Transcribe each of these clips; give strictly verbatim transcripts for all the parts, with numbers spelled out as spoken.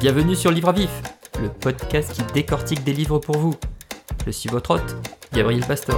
Bienvenue sur Livre à Vif, le podcast qui décortique des livres pour vous. Je suis votre hôte, Gabriel Pastor.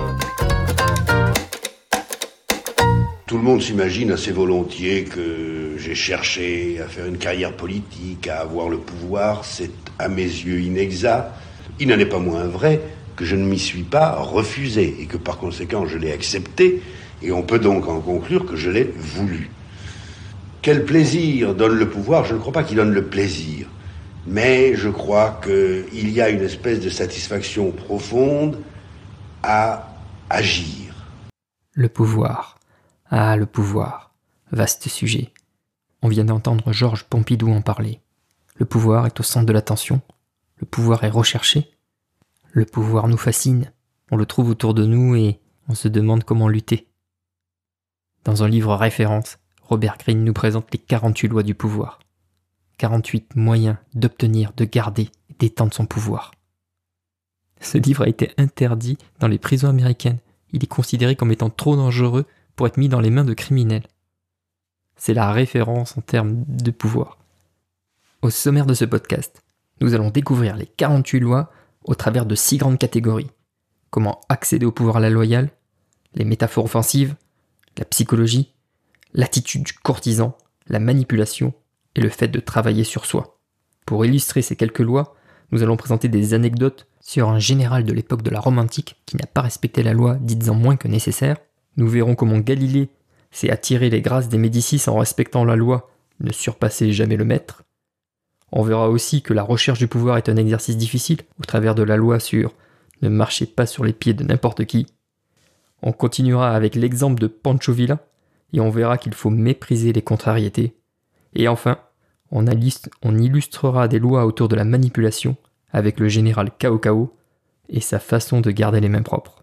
Tout le monde s'imagine assez volontiers que j'ai cherché à faire une carrière politique, à avoir le pouvoir. C'est à mes yeux inexact. Il n'en est pas moins vrai que je ne m'y suis pas refusé et que par conséquent je l'ai accepté, et on peut donc en conclure que je l'ai voulu. Quel plaisir donne le pouvoir ? Je ne crois pas qu'il donne le plaisir, mais je crois qu'il y a une espèce de satisfaction profonde à agir. Le pouvoir. Ah, le pouvoir. Vaste sujet. On vient d'entendre Georges Pompidou en parler. Le pouvoir est au centre de l'attention. Le pouvoir est recherché. Le pouvoir nous fascine. On le trouve autour de nous et on se demande comment lutter. Dans un livre référence, Robert Greene nous présente les quarante-huit lois du pouvoir. quarante-huit moyens d'obtenir, de garder et d'étendre son pouvoir. Ce livre a été interdit dans les prisons américaines. Il est considéré comme étant trop dangereux pour être mis dans les mains de criminels. C'est la référence en termes de pouvoir. Au sommaire de ce podcast, nous allons découvrir les quarante-huit lois au travers de six grandes catégories. Comment accéder au pouvoir à la loyale, les métaphores offensives, la psychologie, l'attitude du courtisan, la manipulation et le fait de travailler sur soi. Pour illustrer ces quelques lois, nous allons présenter des anecdotes sur un général de l'époque de la Rome antique qui n'a pas respecté la loi, dites-en moins que nécessaire. Nous verrons comment Galilée s'est attiré les grâces des Médicis en respectant la loi, ne surpasser jamais le maître. On verra aussi que la recherche du pouvoir est un exercice difficile au travers de la loi sur « ne marchez pas sur les pieds de n'importe qui ». On continuera avec l'exemple de Pancho Villa et on verra qu'il faut mépriser les contrariétés. Et enfin, on, aliste, on illustrera des lois autour de la manipulation avec le général Cao Cao et sa façon de garder les mains propres.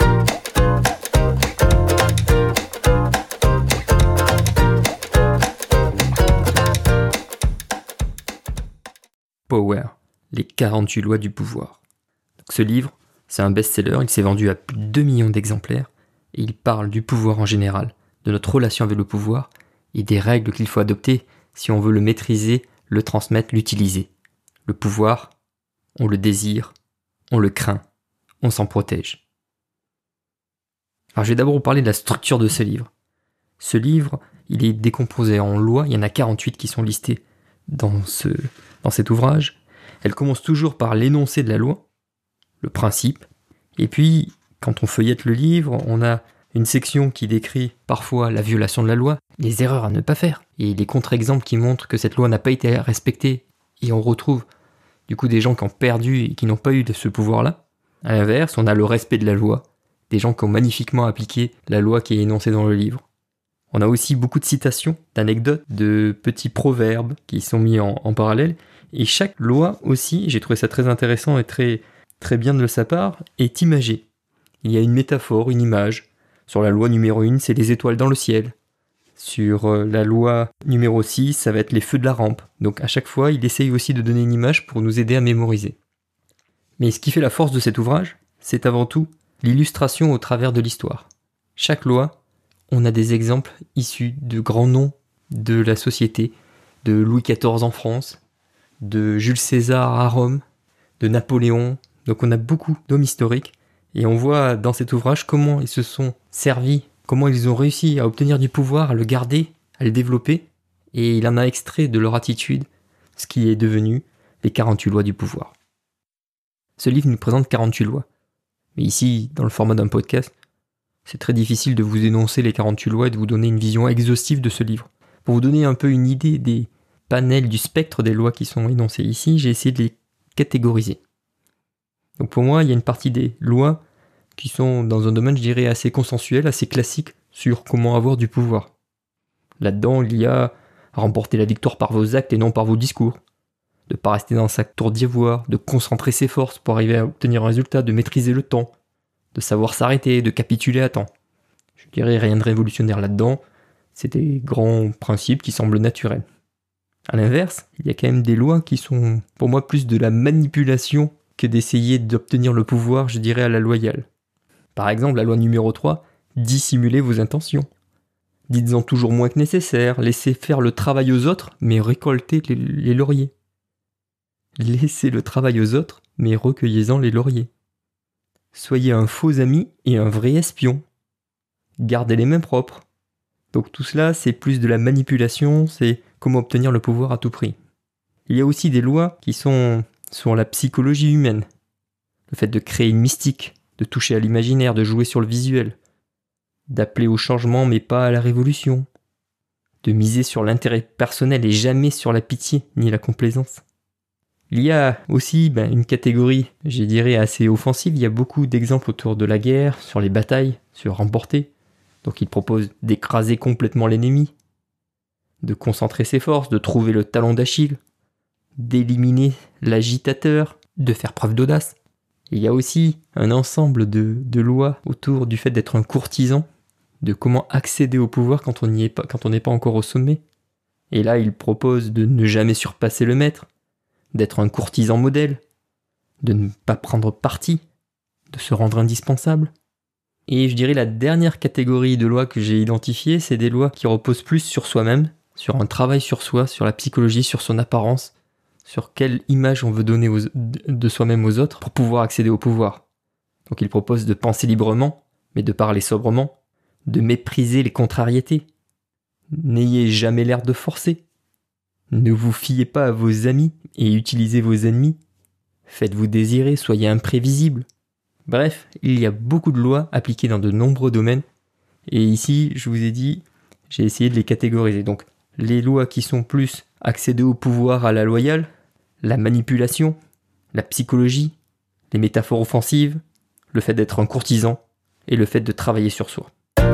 Power, les quarante-huit lois du pouvoir. Donc ce livre, c'est un best-seller, il s'est vendu à plus de deux millions d'exemplaires et il parle du pouvoir en général, de notre relation avec le pouvoir et des règles qu'il faut adopter si on veut le maîtriser, le transmettre, l'utiliser. Le pouvoir, on le désire, on le craint, on s'en protège. Alors je vais d'abord vous parler de la structure de ce livre. Ce livre, il est décomposé en lois, il y en a quarante-huit qui sont listées dans, ce, dans cet ouvrage. Elle commence toujours par l'énoncé de la loi, le principe, et puis quand on feuillette le livre, on a une section qui décrit parfois la violation de la loi, les erreurs à ne pas faire, et les contre-exemples qui montrent que cette loi n'a pas été respectée, et on retrouve du coup des gens qui ont perdu et qui n'ont pas eu de ce pouvoir-là. À l'inverse, on a le respect de la loi, des gens qui ont magnifiquement appliqué la loi qui est énoncée dans le livre. On a aussi beaucoup de citations, d'anecdotes, de petits proverbes qui sont mis en, en parallèle, et chaque loi aussi, j'ai trouvé ça très intéressant et très, très bien de sa part, est imagée. Il y a une métaphore, une image. Sur la loi numéro un, c'est les étoiles dans le ciel. Sur euh, la loi numéro six, ça va être les feux de la rampe. Donc à chaque fois, il essaye aussi de donner une image pour nous aider à mémoriser. Mais ce qui fait la force de cet ouvrage, c'est avant tout l'illustration au travers de l'histoire. Chaque loi, on a des exemples issus de grands noms de la société, de Louis quatorze en France, de Jules César à Rome, de Napoléon. Donc on a beaucoup d'hommes historiques. Et on voit dans cet ouvrage comment ils se sont servis, comment ils ont réussi à obtenir du pouvoir, à le garder, à le développer. Et il en a extrait de leur attitude ce qui est devenu les quarante-huit lois du pouvoir. Ce livre nous présente quarante-huit lois. Mais ici, dans le format d'un podcast, c'est très difficile de vous énoncer les quarante-huit lois et de vous donner une vision exhaustive de ce livre. Pour vous donner un peu une idée des panels, du spectre des lois qui sont énoncées ici, j'ai essayé de les catégoriser. Donc pour moi, il y a une partie des lois qui sont dans un domaine, je dirais, assez consensuel, assez classique sur comment avoir du pouvoir. Là-dedans, il y a remporter la victoire par vos actes et non par vos discours, de ne pas rester dans sa tour d'ivoire, de concentrer ses forces pour arriver à obtenir un résultat, de maîtriser le temps, de savoir s'arrêter, de capituler à temps. Je dirais rien de révolutionnaire là-dedans, c'est des grands principes qui semblent naturels. À l'inverse, il y a quand même des lois qui sont, pour moi, plus de la manipulation que d'essayer d'obtenir le pouvoir, je dirais, à la loyale. Par exemple, la loi numéro trois, dissimulez vos intentions. Dites-en toujours moins que nécessaire, laissez faire le travail aux autres, mais récoltez les, les lauriers. Laissez le travail aux autres, mais recueillez-en les lauriers. Soyez un faux ami et un vrai espion. Gardez les mains propres. Donc tout cela, c'est plus de la manipulation, c'est comment obtenir le pouvoir à tout prix. Il y a aussi des lois qui sont sur la psychologie humaine. Le fait de créer une mystique, de toucher à l'imaginaire, de jouer sur le visuel, d'appeler au changement mais pas à la révolution, de miser sur l'intérêt personnel et jamais sur la pitié ni la complaisance. Il y a aussi ben, une catégorie, je dirais, assez offensive. Il y a beaucoup d'exemples autour de la guerre, sur les batailles, sur remporter. Donc il propose d'écraser complètement l'ennemi, de concentrer ses forces, de trouver le talon d'Achille, d'éliminer l'agitateur, de faire preuve d'audace. Il y a aussi un ensemble de, de lois autour du fait d'être un courtisan, de comment accéder au pouvoir quand on n'y est pas, quand on n'est pas encore au sommet. Et là, il propose de ne jamais surpasser le maître, d'être un courtisan modèle, de ne pas prendre parti, de se rendre indispensable. Et je dirais la dernière catégorie de lois que j'ai identifiées, c'est des lois qui reposent plus sur soi-même, sur un travail sur soi, sur la psychologie, sur son apparence, sur quelle image on veut donner aux, de soi-même aux autres pour pouvoir accéder au pouvoir. Donc il propose de penser librement, mais de parler sobrement, de mépriser les contrariétés. N'ayez jamais l'air de forcer. Ne vous fiez pas à vos amis et utilisez vos ennemis. Faites-vous désirer, soyez imprévisible. Bref, il y a beaucoup de lois appliquées dans de nombreux domaines. Et ici, je vous ai dit, j'ai essayé de les catégoriser. Donc, les lois qui sont plus accéder au pouvoir à la loyale, la manipulation, la psychologie, les métaphores offensives, le fait d'être un courtisan et le fait de travailler sur soi.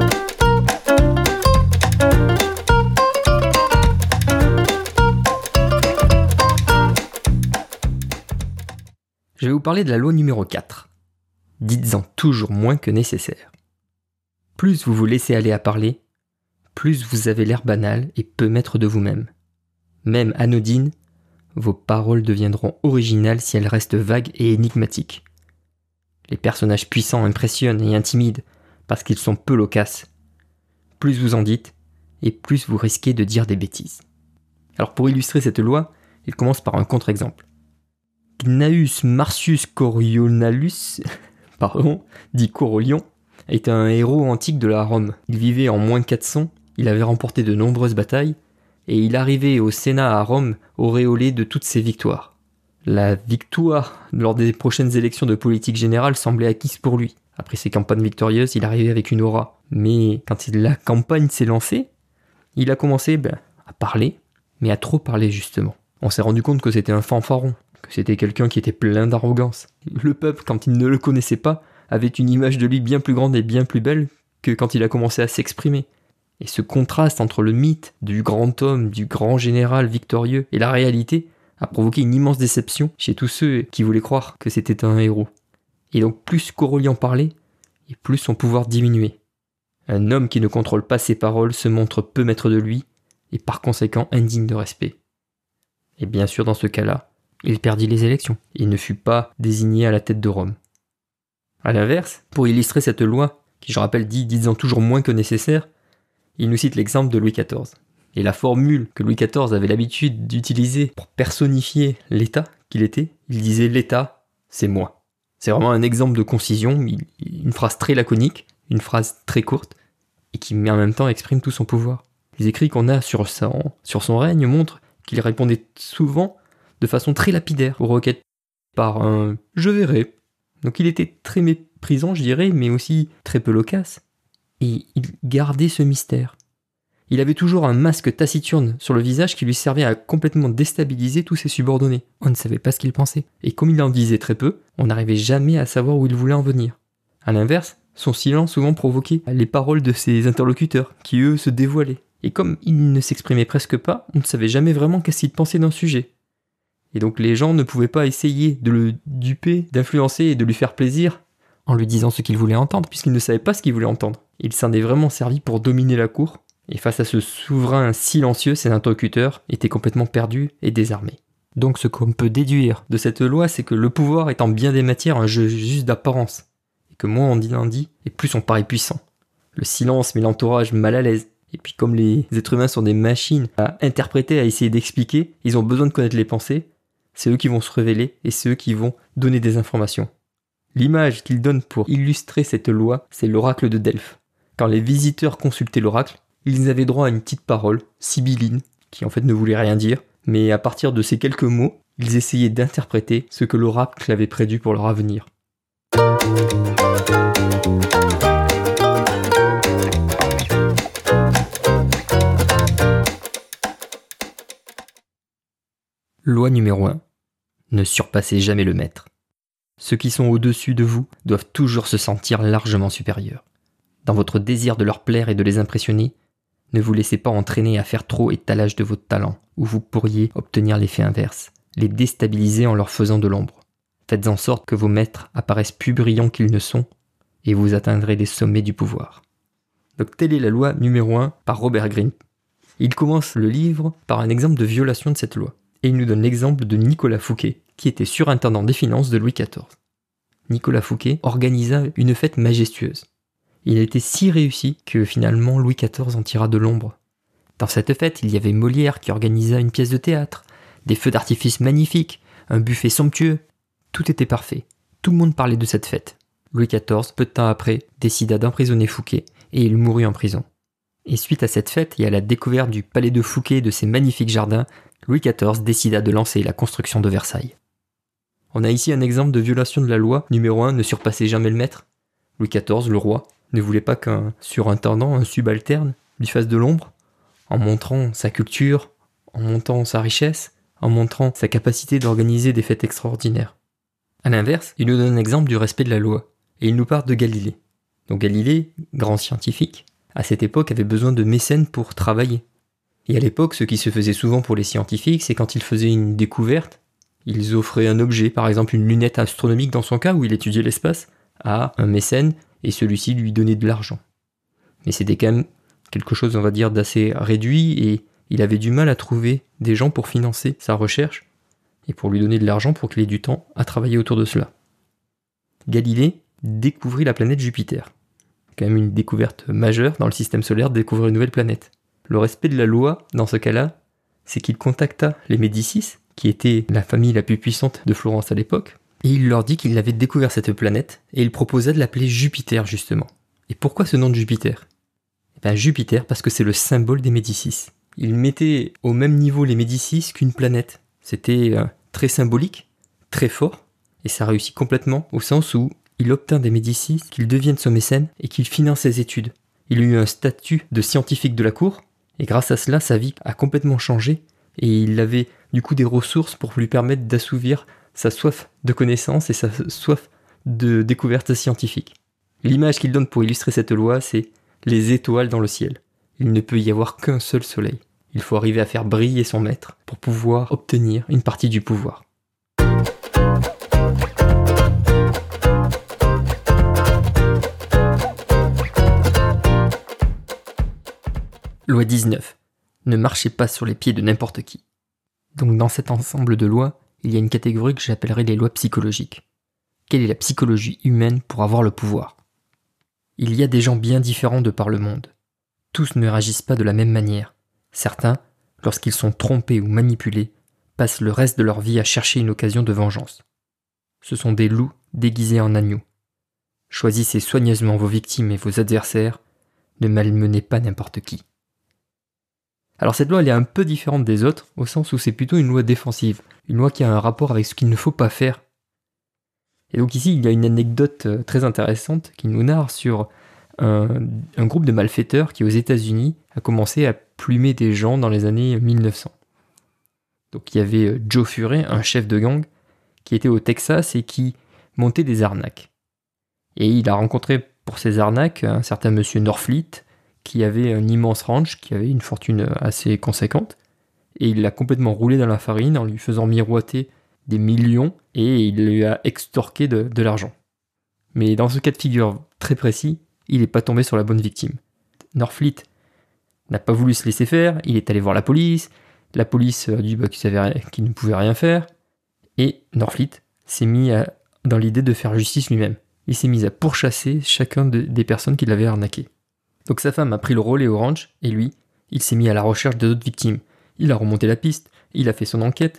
Je vais vous parler de la loi numéro quatre. Dites-en toujours moins que nécessaire. Plus vous vous laissez aller à parler, plus vous avez l'air banal et peu maître de vous-même. Même anodines, vos paroles deviendront originales si elles restent vagues et énigmatiques. Les personnages puissants impressionnent et intimident parce qu'ils sont peu loquaces. Plus vous en dites, et plus vous risquez de dire des bêtises. Alors pour illustrer cette loi, il commence par un contre-exemple. Gnaeus Marcius Coriolanus, pardon, dit Corolion, est un héros antique de la Rome. Il vivait en moins quatre cents, il avait remporté de nombreuses batailles, et il arrivait au Sénat à Rome auréolé de toutes ses victoires. La victoire lors des prochaines élections de politique générale semblait acquise pour lui. Après ses campagnes victorieuses, il arrivait avec une aura. Mais quand la campagne s'est lancée, il a commencé ben, à parler, mais à trop parler justement. On s'est rendu compte que c'était un fanfaron, que c'était quelqu'un qui était plein d'arrogance. Le peuple, quand il ne le connaissait pas, avait une image de lui bien plus grande et bien plus belle que quand il a commencé à s'exprimer. Et ce contraste entre le mythe du grand homme, du grand général victorieux et la réalité a provoqué une immense déception chez tous ceux qui voulaient croire que c'était un héros. Et donc plus Corolion parlait, et plus son pouvoir diminuait. Un homme qui ne contrôle pas ses paroles se montre peu maître de lui, et par conséquent indigne de respect. Et bien sûr dans ce cas-là, il perdit les élections. Il ne fut pas désigné à la tête de Rome. A l'inverse, pour illustrer cette loi, qui je rappelle dit disant toujours moins que nécessaire, il nous cite l'exemple de Louis quatorze. Et la formule que Louis quatorze avait l'habitude d'utiliser pour personnifier l'État qu'il était, il disait « l'État, c'est moi ». C'est vraiment un exemple de concision, une phrase très laconique, une phrase très courte, et qui en même temps exprime tout son pouvoir. Les écrits qu'on a sur son, sur son règne montrent qu'il répondait souvent de façon très lapidaire aux requêtes par un « je verrai ». Donc il était très méprisant, je dirais, mais aussi très peu loquace. Et il gardait ce mystère. Il avait toujours un masque taciturne sur le visage qui lui servait à complètement déstabiliser tous ses subordonnés. On ne savait pas ce qu'il pensait. Et comme il en disait très peu, on n'arrivait jamais à savoir où il voulait en venir. A l'inverse, son silence souvent provoquait les paroles de ses interlocuteurs, qui eux se dévoilaient. Et comme il ne s'exprimait presque pas, on ne savait jamais vraiment qu'est-ce qu'il pensait d'un sujet. Et donc les gens ne pouvaient pas essayer de le duper, d'influencer et de lui faire plaisir en lui disant ce qu'il voulait entendre, puisqu'il ne savait pas ce qu'il voulait entendre. Il s'en est vraiment servi pour dominer la cour, et face à ce souverain silencieux, ses interlocuteurs étaient complètement perdus et désarmés. Donc ce qu'on peut déduire de cette loi, c'est que le pouvoir est en bien des matières un jeu juste d'apparence, et que moins on dit en dit, et plus on paraît puissant. Le silence met l'entourage mal à l'aise, et puis comme les êtres humains sont des machines à interpréter, à essayer d'expliquer, ils ont besoin de connaître les pensées, c'est eux qui vont se révéler et c'est eux qui vont donner des informations. L'image qu'il donne pour illustrer cette loi, c'est l'oracle de Delphes. Quand les visiteurs consultaient l'oracle, ils avaient droit à une petite parole, sibylline, qui en fait ne voulait rien dire, mais à partir de ces quelques mots, ils essayaient d'interpréter ce que l'oracle avait prédit pour leur avenir. Loi numéro un. Ne surpassez jamais le maître. Ceux qui sont au-dessus de vous doivent toujours se sentir largement supérieurs. Dans votre désir de leur plaire et de les impressionner, ne vous laissez pas entraîner à faire trop étalage de votre talent, où vous pourriez obtenir l'effet inverse, les déstabiliser en leur faisant de l'ombre. Faites en sorte que vos maîtres apparaissent plus brillants qu'ils ne sont, et vous atteindrez les sommets du pouvoir. Donc telle est la loi numéro un par Robert Greene. Il commence le livre par un exemple de violation de cette loi. Et il nous donne l'exemple de Nicolas Fouquet, qui était surintendant des finances de Louis quatorze. Nicolas Fouquet organisa une fête majestueuse. Il a été si réussi que finalement Louis quatorze en tira de l'ombre. Dans cette fête, il y avait Molière qui organisa une pièce de théâtre, des feux d'artifice magnifiques, un buffet somptueux. Tout était parfait. Tout le monde parlait de cette fête. Louis quatorze, peu de temps après, décida d'emprisonner Fouquet et il mourut en prison. Et suite à cette fête et à la découverte du palais de Fouquet et de ses magnifiques jardins, Louis quatorze décida de lancer la construction de Versailles. On a ici un exemple de violation de la loi numéro un, ne surpassez jamais le maître. Louis quatorze, le roi, ne voulait pas qu'un surintendant, un subalterne, lui fasse de l'ombre, en montrant sa culture, en montrant sa richesse, en montrant sa capacité d'organiser des fêtes extraordinaires. A l'inverse, il nous donne un exemple du respect de la loi, et il nous parle de Galilée. Donc Galilée, grand scientifique, à cette époque avait besoin de mécènes pour travailler. Et à l'époque, ce qui se faisait souvent pour les scientifiques, c'est quand ils faisaient une découverte, ils offraient un objet, par exemple une lunette astronomique dans son cas où il étudiait l'espace, à un mécène, et celui-ci lui donnait de l'argent. Mais c'était quand même quelque chose, on va dire, d'assez réduit, et il avait du mal à trouver des gens pour financer sa recherche, et pour lui donner de l'argent pour qu'il ait du temps à travailler autour de cela. Galilée découvrit la planète Jupiter. Quand même une découverte majeure dans le système solaire de découvrir une nouvelle planète. Le respect de la loi, dans ce cas-là, c'est qu'il contacta les Médicis, qui étaient la famille la plus puissante de Florence à l'époque, et il leur dit qu'il avait découvert cette planète, et il proposa de l'appeler Jupiter, justement. Et pourquoi ce nom de Jupiter ? Eh bien, Jupiter, parce que c'est le symbole des Médicis. Il mettait au même niveau les Médicis qu'une planète. C'était euh, très symbolique, très fort, et ça réussit complètement, au sens où il obtint des Médicis qu'il devienne son mécène et qu'il finance ses études. Il eut un statut de scientifique de la cour, et grâce à cela, sa vie a complètement changé, et il avait du coup des ressources pour lui permettre d'assouvir sa soif de connaissance et sa soif de découverte scientifique. L'image qu'il donne pour illustrer cette loi, c'est les étoiles dans le ciel. Il ne peut y avoir qu'un seul soleil. Il faut arriver à faire briller son maître pour pouvoir obtenir une partie du pouvoir. Loi dix-neuf. Ne marchez pas sur les pieds de n'importe qui. Donc dans cet ensemble de lois, il y a une catégorie que j'appellerais les lois psychologiques. Quelle est la psychologie humaine pour avoir le pouvoir ? Il y a des gens bien différents de par le monde. Tous ne réagissent pas de la même manière. Certains, lorsqu'ils sont trompés ou manipulés, passent le reste de leur vie à chercher une occasion de vengeance. Ce sont des loups déguisés en agneaux. Choisissez soigneusement vos victimes et vos adversaires, ne malmenez pas n'importe qui. Alors cette loi elle est un peu différente des autres, au sens où c'est plutôt une loi défensive, une loi qui a un rapport avec ce qu'il ne faut pas faire. Et donc ici il y a une anecdote très intéressante qui nous narre sur un, un groupe de malfaiteurs qui aux États-Unis a commencé à plumer des gens dans les années mille neuf cents. Donc il y avait Joe Furet, un chef de gang, qui était au Texas et qui montait des arnaques. Et il a rencontré pour ces arnaques un certain monsieur Norfleet, qui avait un immense ranch, qui avait une fortune assez conséquente, et il l'a complètement roulé dans la farine en lui faisant miroiter des millions, et il lui a extorqué de, de l'argent. Mais dans ce cas de figure très précis, il n'est pas tombé sur la bonne victime. Norfleet n'a pas voulu se laisser faire, il est allé voir la police, la police a dit bah, qu'il, savait, qu'il ne pouvait rien faire, et Norfleet s'est mis à, dans l'idée de faire justice lui-même. Il s'est mis à pourchasser chacun de, des personnes qui l'avaient arnaqué. Donc sa femme a pris le relais au ranch, et lui, il s'est mis à la recherche d'autres victimes. Il a remonté la piste, il a fait son enquête,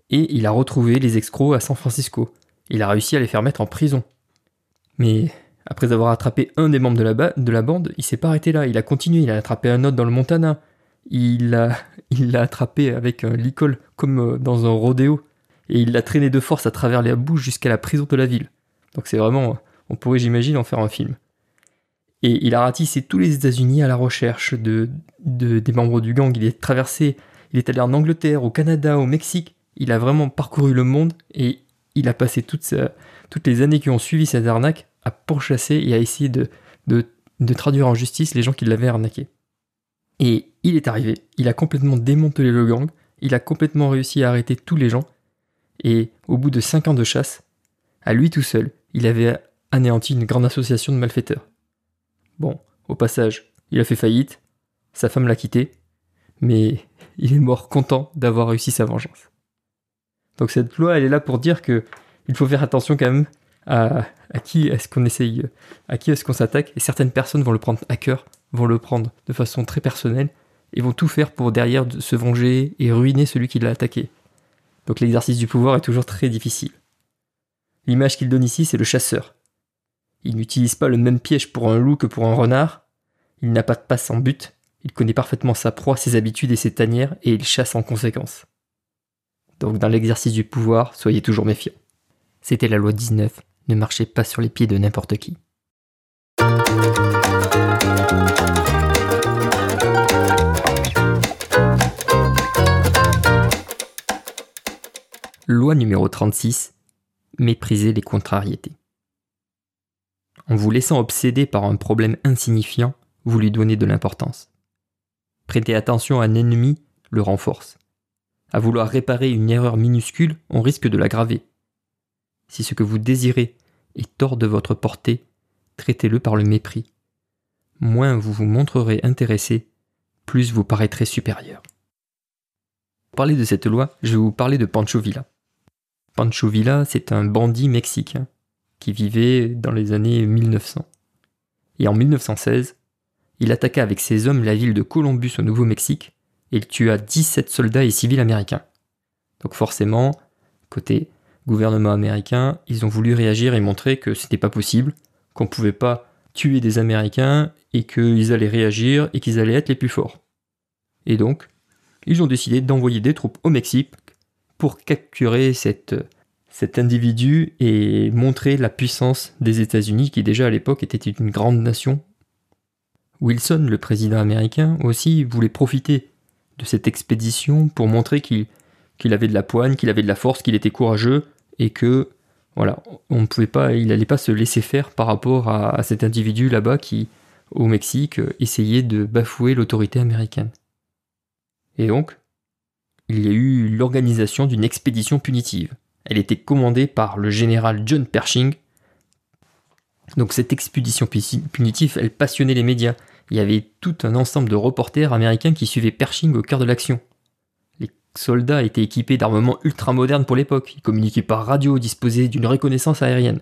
et il a retrouvé les escrocs à San Francisco. Il a réussi à les faire mettre en prison. Mais après avoir attrapé un des membres de la, ba- de la bande, il s'est pas arrêté là, il a continué, il a attrapé un autre dans le Montana, il l'a il l'a attrapé avec un licol comme dans un rodéo, et il l'a traîné de force à travers la boue jusqu'à la prison de la ville. Donc c'est vraiment, on pourrait j'imagine en faire un film. Et il a ratissé tous les États-Unis à la recherche de, de, des membres du gang, il est traversé, il est allé en Angleterre, au Canada, au Mexique, il a vraiment parcouru le monde, et il a passé toute sa, toutes les années qui ont suivi cette arnaque à pourchasser et à essayer de, de, de traduire en justice les gens qui l'avaient arnaqué. Et il est arrivé, il a complètement démantelé le gang, il a complètement réussi à arrêter tous les gens, et au bout de cinq ans de chasse, à lui tout seul, il avait anéanti une grande association de malfaiteurs. Bon, au passage, il a fait faillite, sa femme l'a quitté, mais il est mort content d'avoir réussi sa vengeance. Donc cette loi, elle est là pour dire que il faut faire attention quand même à, à qui est-ce qu'on essaye, à qui est-ce qu'on s'attaque, et certaines personnes vont le prendre à cœur, vont le prendre de façon très personnelle, et vont tout faire pour derrière se venger et ruiner celui qui l'a attaqué. Donc l'exercice du pouvoir est toujours très difficile. L'image qu'il donne ici, c'est le chasseur. Il n'utilise pas le même piège pour un loup que pour un renard, il n'a pas de passe en but, il connaît parfaitement sa proie, ses habitudes et ses tanières, et il chasse en conséquence. Donc dans l'exercice du pouvoir, soyez toujours méfiants. C'était la loi dix-neuf, ne marchez pas sur les pieds de n'importe qui. Loi numéro trente-six, mépriser les contrariétés. En vous laissant obséder par un problème insignifiant, vous lui donnez de l'importance. Prêter attention à un ennemi le renforce. À vouloir réparer une erreur minuscule, on risque de l'aggraver. Si ce que vous désirez est hors de votre portée, traitez-le par le mépris. Moins vous vous montrerez intéressé, plus vous paraîtrez supérieur. Pour parler de cette loi, je vais vous parler de Pancho Villa. Pancho Villa, c'est un bandit mexicain qui vivait dans les années mille neuf cents. Et en mille neuf cent seize, il attaqua avec ses hommes la ville de Columbus au Nouveau-Mexique et il tua dix-sept soldats et civils américains. Donc forcément, côté gouvernement américain, ils ont voulu réagir et montrer que c'était pas possible, qu'on pouvait pas tuer des Américains et qu'ils allaient réagir et qu'ils allaient être les plus forts. Et donc, ils ont décidé d'envoyer des troupes au Mexique pour capturer cette, cet individu et montrer la puissance des États-Unis qui déjà à l'époque était une grande nation. Wilson, le président américain, aussi voulait profiter de cette expédition pour montrer qu'il, qu'il avait de la poigne, qu'il avait de la force, qu'il était courageux et que voilà, on ne pouvait pas, il n'allait pas se laisser faire par rapport à, à cet individu là-bas qui, au Mexique, essayait de bafouer l'autorité américaine. Et donc, il y a eu l'organisation d'une expédition punitive. Elle était commandée par le général John Pershing. Donc cette expédition punitive, elle passionnait les médias. Il y avait tout un ensemble de reporters américains qui suivaient Pershing au cœur de l'action. Les soldats étaient équipés d'armements ultra-modernes pour l'époque. Ils communiquaient par radio, disposaient d'une reconnaissance aérienne.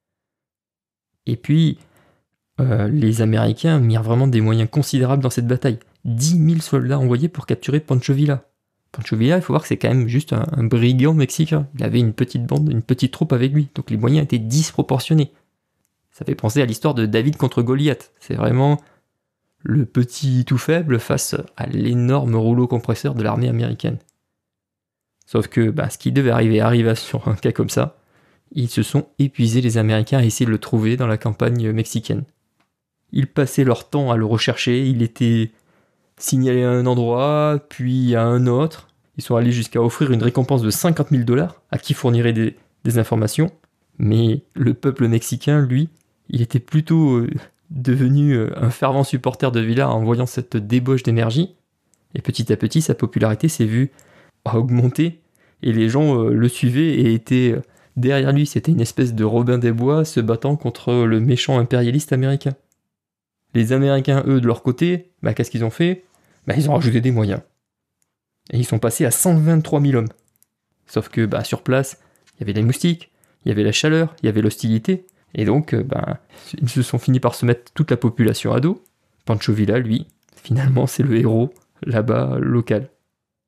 Et puis, euh, les Américains mirent vraiment des moyens considérables dans cette bataille. dix mille soldats envoyés pour capturer Pancho Villa. Pancho Villa, il faut voir que c'est quand même juste un, un brigand mexicain. Il avait une petite bande, une petite troupe avec lui. Donc les moyens étaient disproportionnés. Ça fait penser à l'histoire de David contre Goliath. C'est vraiment le petit tout faible face à l'énorme rouleau compresseur de l'armée américaine. Sauf que bah, ce qui devait arriver arriva sur un cas comme ça. Ils se sont épuisés, les Américains, à essayer de le trouver dans la campagne mexicaine. Ils passaient leur temps à le rechercher. Il était signalé à un endroit, puis à un autre. Ils sont allés jusqu'à offrir une récompense de cinquante mille dollars à qui fournirait des, des informations. Mais le peuple mexicain, lui, il était plutôt euh, devenu euh, un fervent supporter de Villa en voyant cette débauche d'énergie. Et petit à petit, sa popularité s'est vue augmenter. Et les gens euh, le suivaient et étaient euh, derrière lui. C'était une espèce de Robin des Bois se battant contre le méchant impérialiste américain. Les Américains, eux, de leur côté, bah, qu'est-ce qu'ils ont fait ? Bah, ils ont rajouté des moyens. Et ils sont passés à cent vingt-trois mille hommes. Sauf que bah, sur place, il y avait les moustiques, il y avait la chaleur, il y avait l'hostilité. Et donc, euh, bah, ils se sont finis par se mettre toute la population à dos. Pancho Villa, lui, finalement, c'est le héros là-bas local.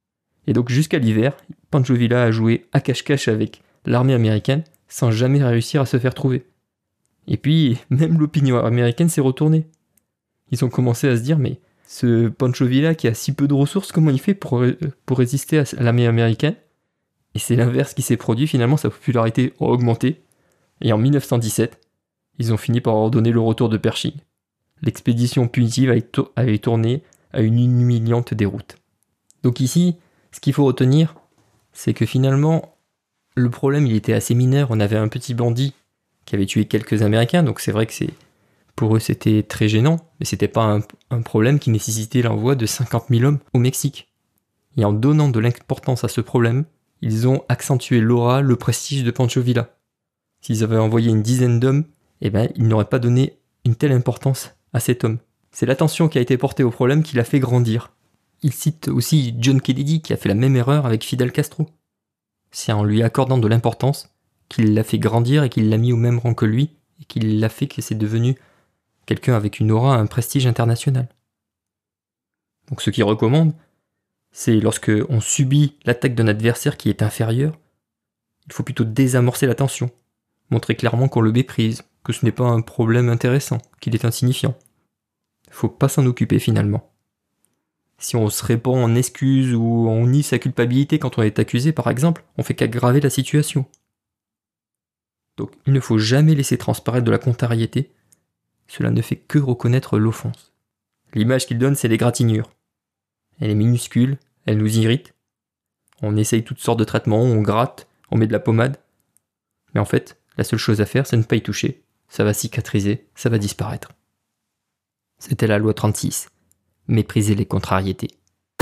Et donc jusqu'à l'hiver, Pancho Villa a joué à cache-cache avec l'armée américaine sans jamais réussir à se faire trouver. Et puis, même l'opinion américaine s'est retournée. Ils ont commencé à se dire, mais ce Pancho Villa qui a si peu de ressources, comment il fait pour, pour résister à l'armée américaine ? Et c'est l'inverse qui s'est produit, finalement sa popularité a augmenté. Et en mille neuf cent dix-sept, ils ont fini par ordonner le retour de Pershing. L'expédition punitive avait tourné à une humiliante déroute. Donc ici, ce qu'il faut retenir, c'est que finalement, le problème il était assez mineur. On avait un petit bandit qui avait tué quelques Américains, donc c'est vrai que c'est, pour eux c'était très gênant, mais c'était pas un, un problème qui nécessitait l'envoi de cinquante mille hommes au Mexique. Et en donnant de l'importance à ce problème, ils ont accentué l'aura, le prestige de Pancho Villa. S'ils avaient envoyé une dizaine d'hommes, eh ben, ils n'auraient pas donné une telle importance à cet homme. C'est l'attention qui a été portée au problème qui l'a fait grandir. Il cite aussi John Kennedy qui a fait la même erreur avec Fidel Castro. C'est en lui accordant de l'importance qu'il l'a fait grandir et qu'il l'a mis au même rang que lui et qu'il l'a fait que c'est devenu quelqu'un avec une aura, un prestige international. Donc ce qu'il recommande, c'est lorsque on subit l'attaque d'un adversaire qui est inférieur, il faut plutôt désamorcer la tension, montrer clairement qu'on le méprise, que ce n'est pas un problème intéressant, qu'il est insignifiant. Il ne faut pas s'en occuper finalement. Si on se répand en excuses ou on nie sa culpabilité quand on est accusé par exemple, on fait qu'aggraver la situation. Donc il ne faut jamais laisser transparaître de la contrariété, cela ne fait que reconnaître l'offense. L'image qu'il donne, c'est l'égratignure. Elle est minuscule, elle nous irrite. On essaye toutes sortes de traitements, on gratte, on met de la pommade. Mais en fait, la seule chose à faire, c'est ne pas y toucher. Ça va cicatriser, ça va disparaître. C'était la loi trente-six. Mépriser les contrariétés.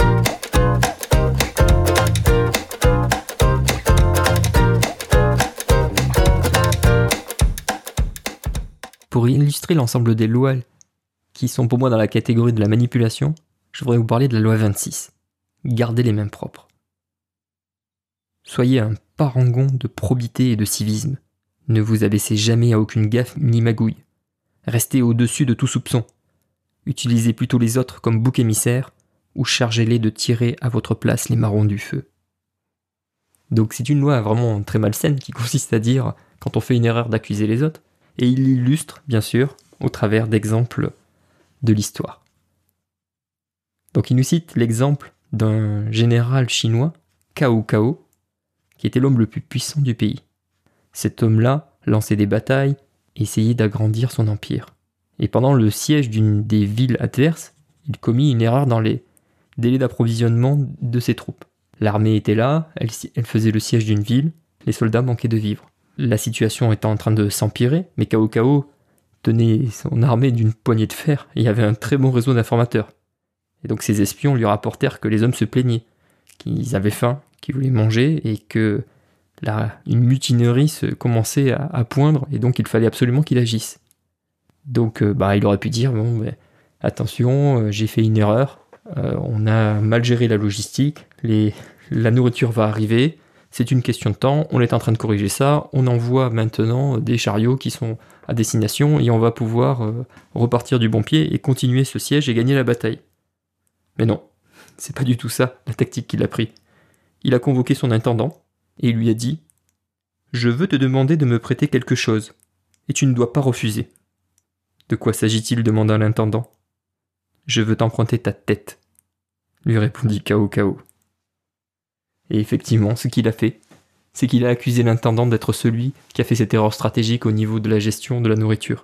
Pour illustrer l'ensemble des lois qui sont pour moi dans la catégorie de la manipulation, je voudrais vous parler de la loi vingt-six. Gardez les mains propres. Soyez un parangon de probité et de civisme. Ne vous abaissez jamais à aucune gaffe ni magouille. Restez au-dessus de tout soupçon. Utilisez plutôt les autres comme bouc émissaire ou chargez-les de tirer à votre place les marrons du feu. Donc c'est une loi vraiment très malsaine qui consiste à dire, quand on fait une erreur, d'accuser les autres, et il l'illustre, bien sûr, au travers d'exemples de l'histoire. Donc il nous cite l'exemple d'un général chinois, Cao Cao, qui était l'homme le plus puissant du pays. Cet homme-là lançait des batailles et essayait d'agrandir son empire. Et pendant le siège d'une des villes adverses, il commit une erreur dans les délais d'approvisionnement de ses troupes. L'armée était là, elle, elle faisait le siège d'une ville, les soldats manquaient de vivres. La situation était en train de s'empirer, mais Cao Cao tenait son armée d'une poignée de fer et il y avait un très bon réseau d'informateurs. Et donc ces espions lui rapportèrent que les hommes se plaignaient, qu'ils avaient faim, qu'ils voulaient manger et que la, une mutinerie se commençait à, à poindre et donc il fallait absolument qu'il agisse. Donc euh, bah, il aurait pu dire, bon, bah, attention, euh, j'ai fait une erreur, euh, on a mal géré la logistique, les, la nourriture va arriver, c'est une question de temps, on est en train de corriger ça, on envoie maintenant des chariots qui sont à destination et on va pouvoir euh, repartir du bon pied et continuer ce siège et gagner la bataille. Mais non, c'est pas du tout ça la tactique qu'il a pris. Il a convoqué son intendant et il lui a dit « Je veux te demander de me prêter quelque chose et tu ne dois pas refuser. » « De quoi s'agit-il » demanda l'intendant. « Je veux t'emprunter ta tête » lui répondit Cao Cao. Et effectivement, ce qu'il a fait, c'est qu'il a accusé l'intendant d'être celui qui a fait cette erreur stratégique au niveau de la gestion de la nourriture.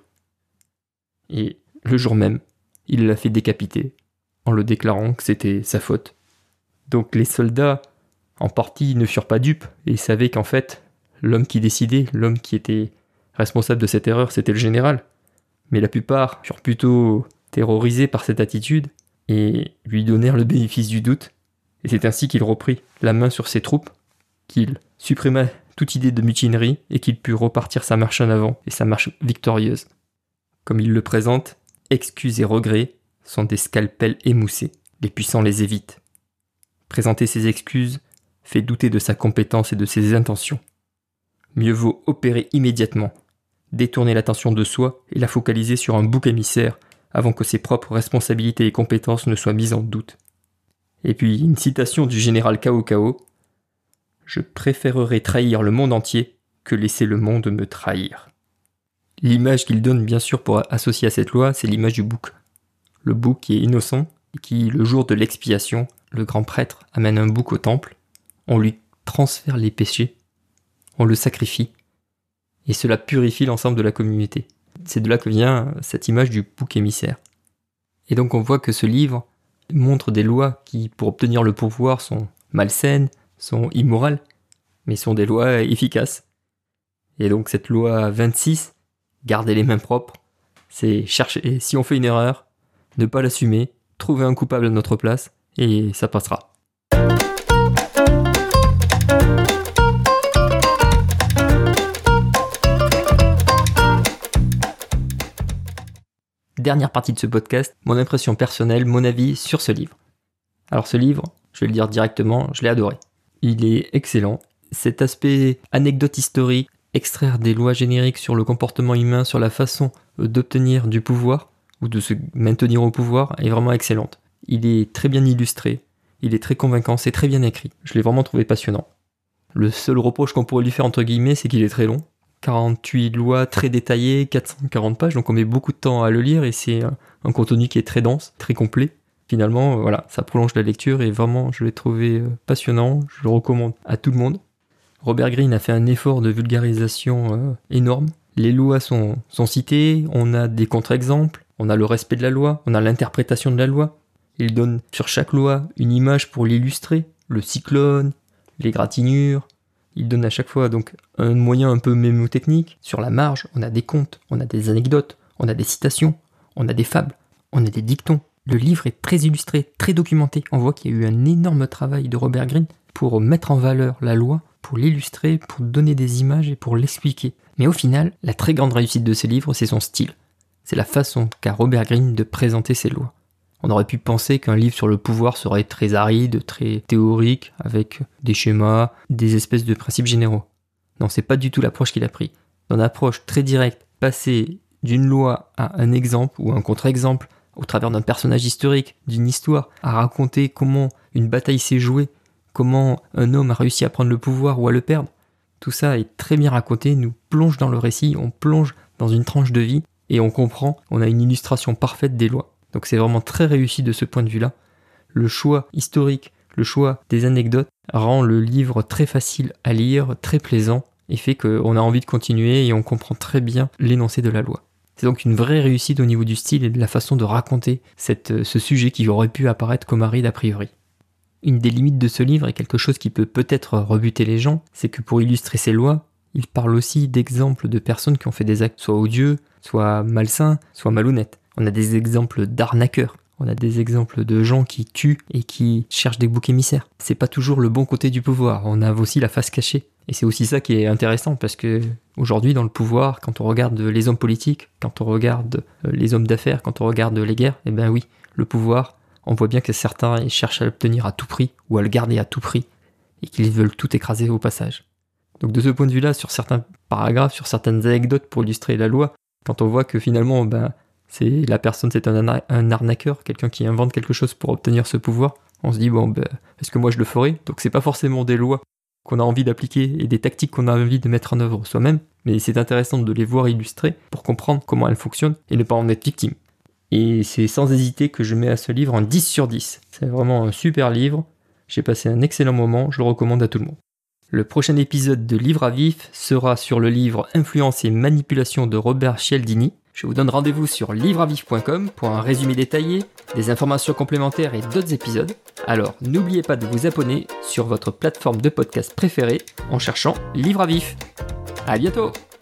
Et le jour même, il l'a fait décapiter, en le déclarant que c'était sa faute. Donc les soldats, en partie, ne furent pas dupes, et savaient qu'en fait, l'homme qui décidait, l'homme qui était responsable de cette erreur, c'était le général. Mais la plupart furent plutôt terrorisés par cette attitude, et lui donnèrent le bénéfice du doute, et c'est ainsi qu'il reprit la main sur ses troupes, qu'il supprima toute idée de mutinerie, et qu'il put repartir sa marche en avant, et sa marche victorieuse. Comme il le présente, excuses et regrets sont des scalpels émoussés, les puissants les évitent. Présenter ses excuses fait douter de sa compétence et de ses intentions. Mieux vaut opérer immédiatement, détourner l'attention de soi et la focaliser sur un bouc émissaire avant que ses propres responsabilités et compétences ne soient mises en doute. Et puis une citation du général Cao Cao. « Je préférerais trahir le monde entier que laisser le monde me trahir. » L'image qu'il donne bien sûr pour associer à cette loi, c'est l'image du bouc. Le bouc qui est innocent et qui, le jour de l'expiation, le grand prêtre amène un bouc au temple, on lui transfère les péchés, on le sacrifie, et cela purifie l'ensemble de la communauté. C'est de là que vient cette image du bouc émissaire. Et donc on voit que ce livre montre des lois qui, pour obtenir le pouvoir, sont malsaines, sont immorales, mais sont des lois efficaces. Et donc cette loi vingt-six, garder les mains propres, c'est chercher, si on fait une erreur, ne pas l'assumer, trouver un coupable à notre place, et ça passera. Dernière partie de ce podcast, mon impression personnelle, mon avis sur ce livre. Alors ce livre, je vais le dire directement, je l'ai adoré. Il est excellent. Cet aspect anecdote historique, extraire des lois génériques sur le comportement humain, sur la façon d'obtenir du pouvoir, ou de se maintenir au pouvoir, est vraiment excellente. Il est très bien illustré, il est très convaincant, c'est très bien écrit. Je l'ai vraiment trouvé passionnant. Le seul reproche qu'on pourrait lui faire entre guillemets, c'est qu'il est très long. quarante-huit lois très détaillées, quatre cent quarante pages, donc on met beaucoup de temps à le lire et c'est un contenu qui est très dense, très complet. Finalement, voilà, ça prolonge la lecture et vraiment, je l'ai trouvé passionnant, je le recommande à tout le monde. Robert Greene a fait un effort de vulgarisation euh, énorme. Les lois sont, sont citées, on a des contre-exemples, on a le respect de la loi, on a l'interprétation de la loi. Il donne sur chaque loi une image pour l'illustrer, le cyclone, les gratinures. Il donne à chaque fois donc un moyen un peu mémotechnique. Sur la marge, on a des contes, on a des anecdotes, on a des citations, on a des fables, on a des dictons. Le livre est très illustré, très documenté. On voit qu'il y a eu un énorme travail de Robert Greene pour mettre en valeur la loi, pour l'illustrer, pour donner des images et pour l'expliquer. Mais au final, la très grande réussite de ce livre, c'est son style. C'est la façon qu'a Robert Greene de présenter ses lois. On aurait pu penser qu'un livre sur le pouvoir serait très aride, très théorique, avec des schémas, des espèces de principes généraux. Non, c'est pas du tout l'approche qu'il a pris. Dans une approche très directe, passer d'une loi à un exemple ou un contre-exemple, au travers d'un personnage historique, d'une histoire, à raconter comment une bataille s'est jouée, comment un homme a réussi à prendre le pouvoir ou à le perdre. Tout ça est très bien raconté, nous plonge dans le récit, on plonge dans une tranche de vie, et on comprend, on a une illustration parfaite des lois. Donc c'est vraiment très réussi de ce point de vue-là. Le choix historique, le choix des anecdotes rend le livre très facile à lire, très plaisant, et fait qu'on a envie de continuer et on comprend très bien l'énoncé de la loi. C'est donc une vraie réussite au niveau du style et de la façon de raconter cette, ce sujet qui aurait pu apparaître comme aride a priori. Une des limites de ce livre est quelque chose qui peut peut-être rebuter les gens, c'est que pour illustrer ces lois, il parle aussi d'exemples de personnes qui ont fait des actes soit odieux, soit malsains, soit malhonnêtes. On a des exemples d'arnaqueurs, on a des exemples de gens qui tuent et qui cherchent des boucs émissaires. C'est pas toujours le bon côté du pouvoir, on a aussi la face cachée. Et c'est aussi ça qui est intéressant parce que aujourd'hui dans le pouvoir, quand on regarde les hommes politiques, quand on regarde les hommes d'affaires, quand on regarde les guerres, eh ben oui, le pouvoir, on voit bien que certains cherchent à l'obtenir à tout prix ou à le garder à tout prix et qu'ils veulent tout écraser au passage. Donc de ce point de vue-là, sur certains paragraphes, sur certaines anecdotes pour illustrer la loi, quand on voit que finalement, ben, c'est la personne, c'est un, arna- un arnaqueur, quelqu'un qui invente quelque chose pour obtenir ce pouvoir, on se dit, bon, ben, est-ce que moi je le ferais ? Donc c'est pas forcément des lois qu'on a envie d'appliquer et des tactiques qu'on a envie de mettre en œuvre soi-même, mais c'est intéressant de les voir illustrées pour comprendre comment elles fonctionnent et ne pas en être victime. Et c'est sans hésiter que je mets à ce livre un dix sur dix. C'est vraiment un super livre, j'ai passé un excellent moment, je le recommande à tout le monde. Le prochain épisode de Livre à vif sera sur le livre Influence et manipulation de Robert Cialdini. Je vous donne rendez-vous sur livre à vif point com pour un résumé détaillé, des informations complémentaires et d'autres épisodes. Alors n'oubliez pas de vous abonner sur votre plateforme de podcast préférée en cherchant Livre à vif. À bientôt!